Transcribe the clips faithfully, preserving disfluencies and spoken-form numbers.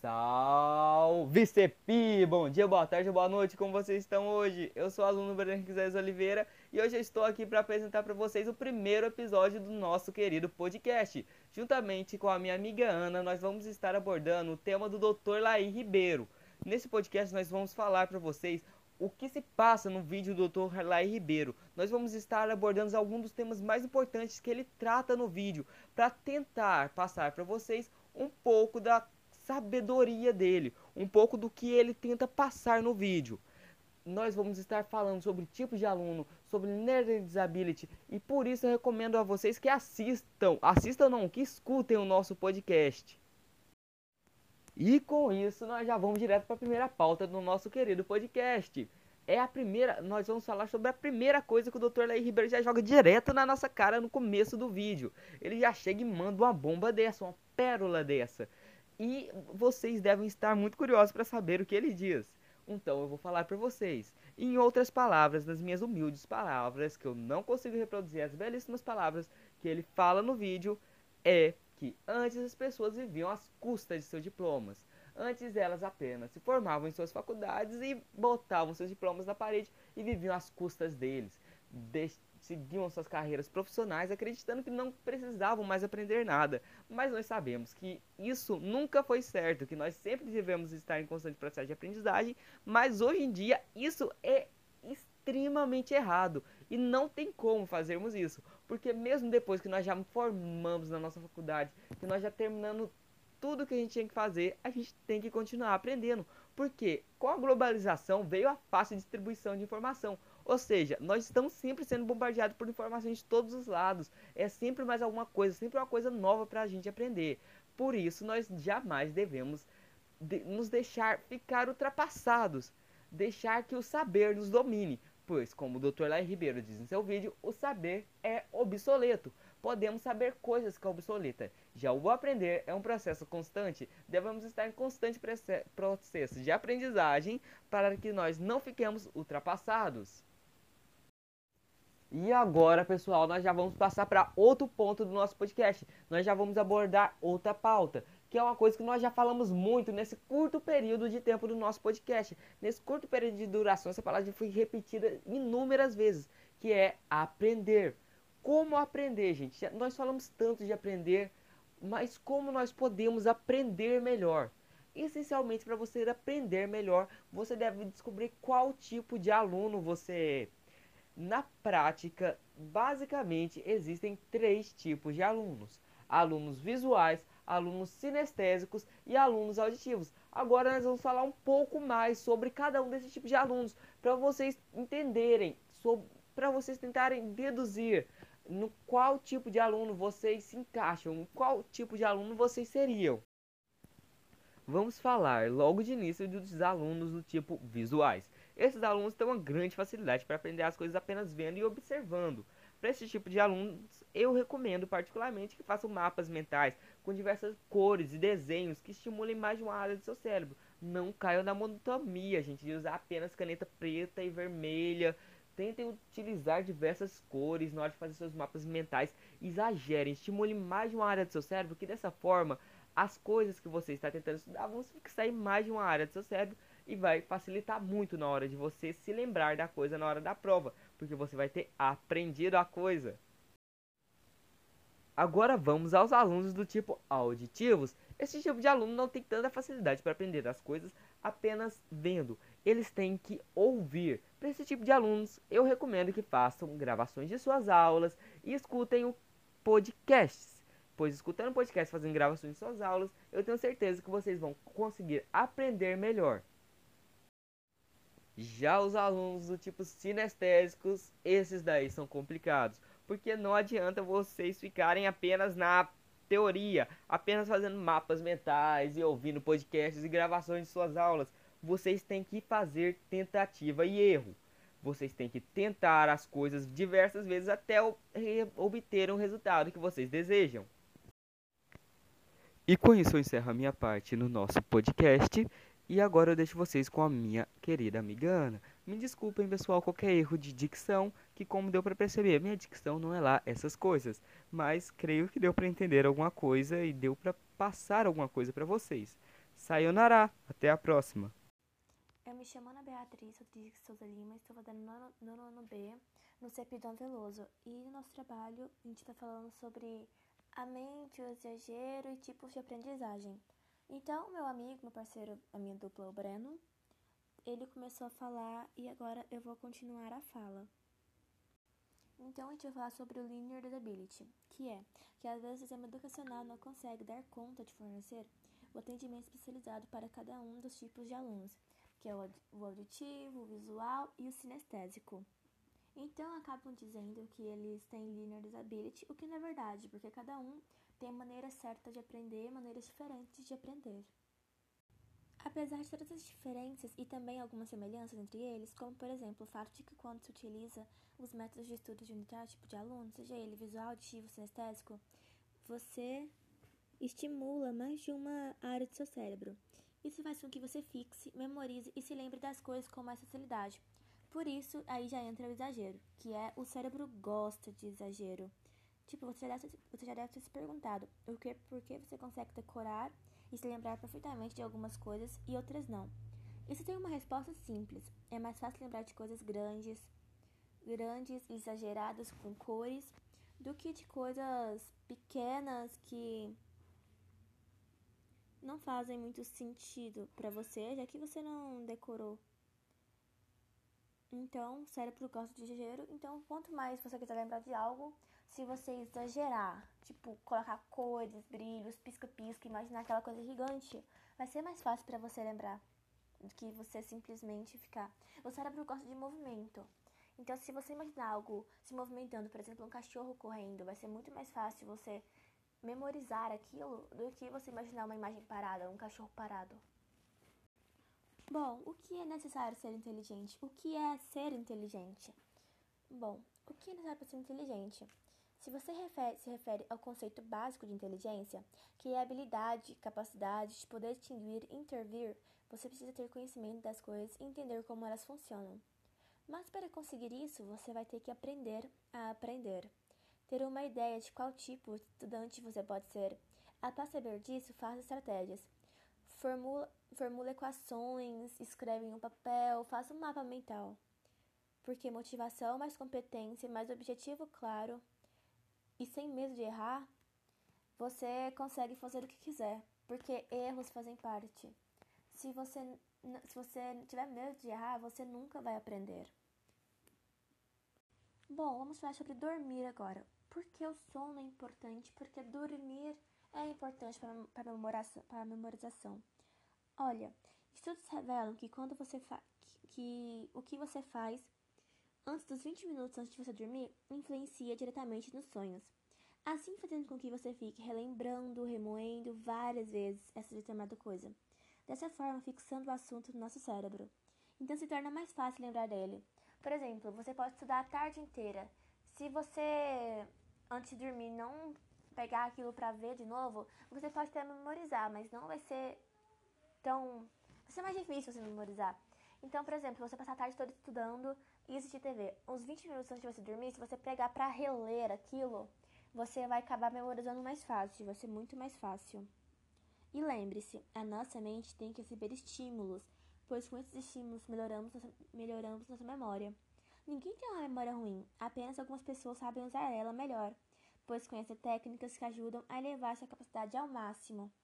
Salve C P I! Bom dia, boa tarde, boa noite, como vocês estão hoje? Eu sou o aluno Breno Quiséres Oliveira e hoje eu estou aqui para apresentar para vocês o primeiro episódio do nosso querido podcast. Juntamente com a minha amiga Ana, nós vamos estar abordando o tema do doutor Laí Ribeiro. Nesse podcast nós vamos falar para vocês o que se passa no vídeo do doutor Laí Ribeiro. Nós vamos estar abordando alguns dos temas mais importantes que ele trata no vídeo para tentar passar para vocês um pouco da sabedoria dele, um pouco do que ele tenta passar no vídeo. Nós vamos estar falando sobre tipos de aluno, sobre learning disability, e por isso eu recomendo a vocês que assistam, assistam não, que escutem o nosso podcast. E com isso nós já vamos direto para a primeira pauta do nosso querido podcast. É a primeira, nós vamos falar sobre a primeira coisa que o doutor Laí Ribeiro já joga direto na nossa cara no começo do vídeo. Ele já chega e manda uma bomba dessa, uma pérola dessa. E vocês devem estar muito curiosos para saber o que ele diz. Então eu vou falar para vocês. Em outras palavras, nas minhas humildes palavras, que eu não consigo reproduzir as belíssimas palavras que ele fala no vídeo, é que antes as pessoas viviam às custas de seus diplomas. Antes elas apenas se formavam em suas faculdades e botavam seus diplomas na parede e viviam às custas deles. De seguiam suas carreiras profissionais acreditando que não precisavam mais aprender nada. Mas nós sabemos que isso nunca foi certo, que nós sempre devemos estar em constante processo de aprendizagem, mas hoje em dia isso é extremamente errado e não tem como fazermos isso, porque mesmo depois que nós já formamos na nossa faculdade, que nós já terminamos tudo que a gente tinha que fazer, a gente tem que continuar aprendendo, porque com a globalização veio a fácil distribuição de informação. Ou seja, nós estamos sempre sendo bombardeados por informações de todos os lados. É sempre mais alguma coisa, sempre uma coisa nova para a gente aprender. Por isso, nós jamais devemos de nos deixar ficar ultrapassados. Deixar que o saber nos domine. Pois, como o doutor Laí Ribeiro diz em seu vídeo, o saber é obsoleto. Podemos saber coisas que é obsoleta. Já o aprender é um processo constante. Devemos estar em constante processo de aprendizagem para que nós não fiquemos ultrapassados. E agora, pessoal, nós já vamos passar para outro ponto do nosso podcast. Nós já vamos abordar outra pauta, que é uma coisa que nós já falamos muito nesse curto período de tempo do nosso podcast. Nesse curto período de duração, essa palavra já foi repetida inúmeras vezes, que é aprender. Como aprender, gente? Nós falamos tanto de aprender, mas como nós podemos aprender melhor? Essencialmente, para você aprender melhor, você deve descobrir qual tipo de aluno você é. Na prática, basicamente, existem três tipos de alunos: alunos visuais, alunos sinestésicos e alunos auditivos. Agora nós vamos falar um pouco mais sobre cada um desses tipos de alunos, para vocês entenderem, para vocês tentarem deduzir no qual tipo de aluno vocês se encaixam, em qual tipo de aluno vocês seriam. Vamos falar logo de início dos alunos do tipo visuais. Esses alunos têm uma grande facilidade para aprender as coisas apenas vendo e observando. Para esse tipo de alunos, eu recomendo particularmente que façam mapas mentais com diversas cores e desenhos que estimulem mais de uma área do seu cérebro. Não caiam na monotonia, gente, de usar apenas caneta preta e vermelha. Tentem utilizar diversas cores na hora de fazer seus mapas mentais. Exagerem, estimulem mais de uma área do seu cérebro, que dessa forma as coisas que você está tentando estudar vão fixar em mais de uma área do seu cérebro e vai facilitar muito na hora de você se lembrar da coisa na hora da prova, porque você vai ter aprendido a coisa. Agora vamos aos alunos do tipo auditivos. Esse tipo de aluno não tem tanta facilidade para aprender as coisas apenas vendo. Eles têm que ouvir. Para esse tipo de alunos, eu recomendo que façam gravações de suas aulas e escutem o podcasts. Pois escutando o podcast, fazendo gravações de suas aulas, eu tenho certeza que vocês vão conseguir aprender melhor. Já os alunos do tipo sinestésicos, esses daí são complicados, porque não adianta vocês ficarem apenas na teoria, apenas fazendo mapas mentais e ouvindo podcasts e gravações de suas aulas. Vocês têm que fazer tentativa e erro. Vocês têm que tentar as coisas diversas vezes até obter um resultado que vocês desejam. E com isso eu encerro a minha parte no nosso podcast. E agora eu deixo vocês com a minha querida amiga Ana. Me desculpem, pessoal, qualquer erro de dicção, que como deu para perceber, minha dicção não é lá essas coisas. Mas creio que deu para entender alguma coisa e deu para passar alguma coisa para vocês. Sayonara, até a próxima! Eu me chamo Ana Beatriz Rodrigues Souza Lima, estou fazendo nono, nono ano B no CEP Dom Veloso. E no nosso trabalho a gente está falando sobre a mente, o exagero e tipos de aprendizagem. Então, meu amigo, meu parceiro, a minha dupla, o Breno, ele começou a falar e agora eu vou continuar a fala. Então, a gente vai falar sobre o Linear Disability, que é que às vezes o sistema educacional não consegue dar conta de fornecer o atendimento especializado para cada um dos tipos de alunos, que é o auditivo, o visual e o sinestésico. Então, acabam dizendo que eles têm Linear Disability, o que não é verdade, porque cada um tem maneira certa de aprender, maneiras diferentes de aprender. Apesar de todas as diferenças e também algumas semelhanças entre eles, como por exemplo o fato de que quando se utiliza os métodos de estudo de um determinado tipo de aluno, seja ele visual, auditivo, sinestésico, você estimula mais de uma área do seu cérebro. Isso faz com que você fixe, memorize e se lembre das coisas com mais facilidade. Por isso, aí já entra o exagero, que é o cérebro gosta de exagero. Tipo, você já deve, você já deve ter se perguntado o que, por que você consegue decorar e se lembrar perfeitamente de algumas coisas e outras não. Isso tem uma resposta simples. É mais fácil lembrar de coisas grandes, grandes e exageradas com cores, do que de coisas pequenas que não fazem muito sentido para você, já que você não decorou. Então, o cérebro gosta de exagero. Então, quanto mais você quiser lembrar de algo, se você exagerar, tipo, colocar cores, brilhos, pisca-pisca, imaginar aquela coisa gigante, vai ser mais fácil para você lembrar do que você simplesmente ficar. O cérebro gosta de movimento. Então, se você imaginar algo se movimentando, por exemplo, um cachorro correndo, vai ser muito mais fácil você memorizar aquilo do que você imaginar uma imagem parada, um cachorro parado. Bom, o que é necessário ser inteligente? O que é ser inteligente? Bom, o que é necessário para ser inteligente? Se você refere, se refere ao conceito básico de inteligência, que é a habilidade, capacidade de poder distinguir e intervir, você precisa ter conhecimento das coisas e entender como elas funcionam. Mas para conseguir isso, você vai ter que aprender a aprender. Ter uma ideia de qual tipo de estudante você pode ser. Para saber disso, faça estratégias. Formula, formula equações, escreve em um papel, faça um mapa mental. Porque motivação, mais competência, mais objetivo claro e sem medo de errar, você consegue fazer o que quiser. Porque erros fazem parte. Se você, se você tiver medo de errar, você nunca vai aprender. Bom, vamos falar sobre dormir agora. Por que o sono é importante? Porque dormir é importante para a memorização, para a memorização. Olha, estudos revelam que quando você fa que, que o que você faz antes dos vinte minutos antes de você dormir influencia diretamente nos sonhos. Assim fazendo com que você fique relembrando, remoendo várias vezes essa determinada coisa. Dessa forma, fixando o assunto no nosso cérebro. Então se torna mais fácil lembrar dele. Por exemplo, você pode estudar a tarde inteira. Se você, antes de dormir, não pegar aquilo para ver de novo, você pode até memorizar, mas não vai ser tão... vai ser mais difícil você memorizar. Então, por exemplo, você passar a tarde toda estudando e assistir T V. Uns vinte minutos antes de você dormir, se você pegar para reler aquilo, você vai acabar memorizando mais fácil, vai ser muito mais fácil. E lembre-se, a nossa mente tem que receber estímulos, pois com esses estímulos melhoramos nossa, melhoramos nossa memória. Ninguém tem uma memória ruim, apenas algumas pessoas sabem usar ela melhor, pois conhecem técnicas que ajudam a elevar sua capacidade ao máximo.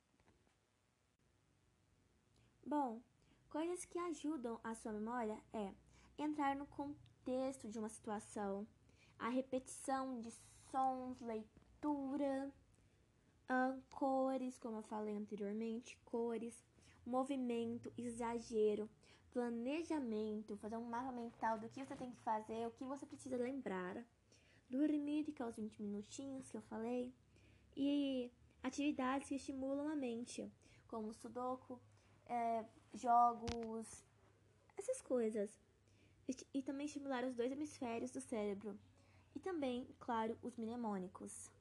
Bom, coisas que ajudam a sua memória é entrar no contexto de uma situação, a repetição de sons, leitura, Uh, cores, como eu falei anteriormente, cores, movimento, exagero, planejamento, fazer um mapa mental do que você tem que fazer, o que você precisa lembrar, dormir, que é os vinte minutinhos que eu falei, e atividades que estimulam a mente, como sudoku, é, jogos, essas coisas. E também estimular os dois hemisférios do cérebro. E também, claro, os mnemônicos.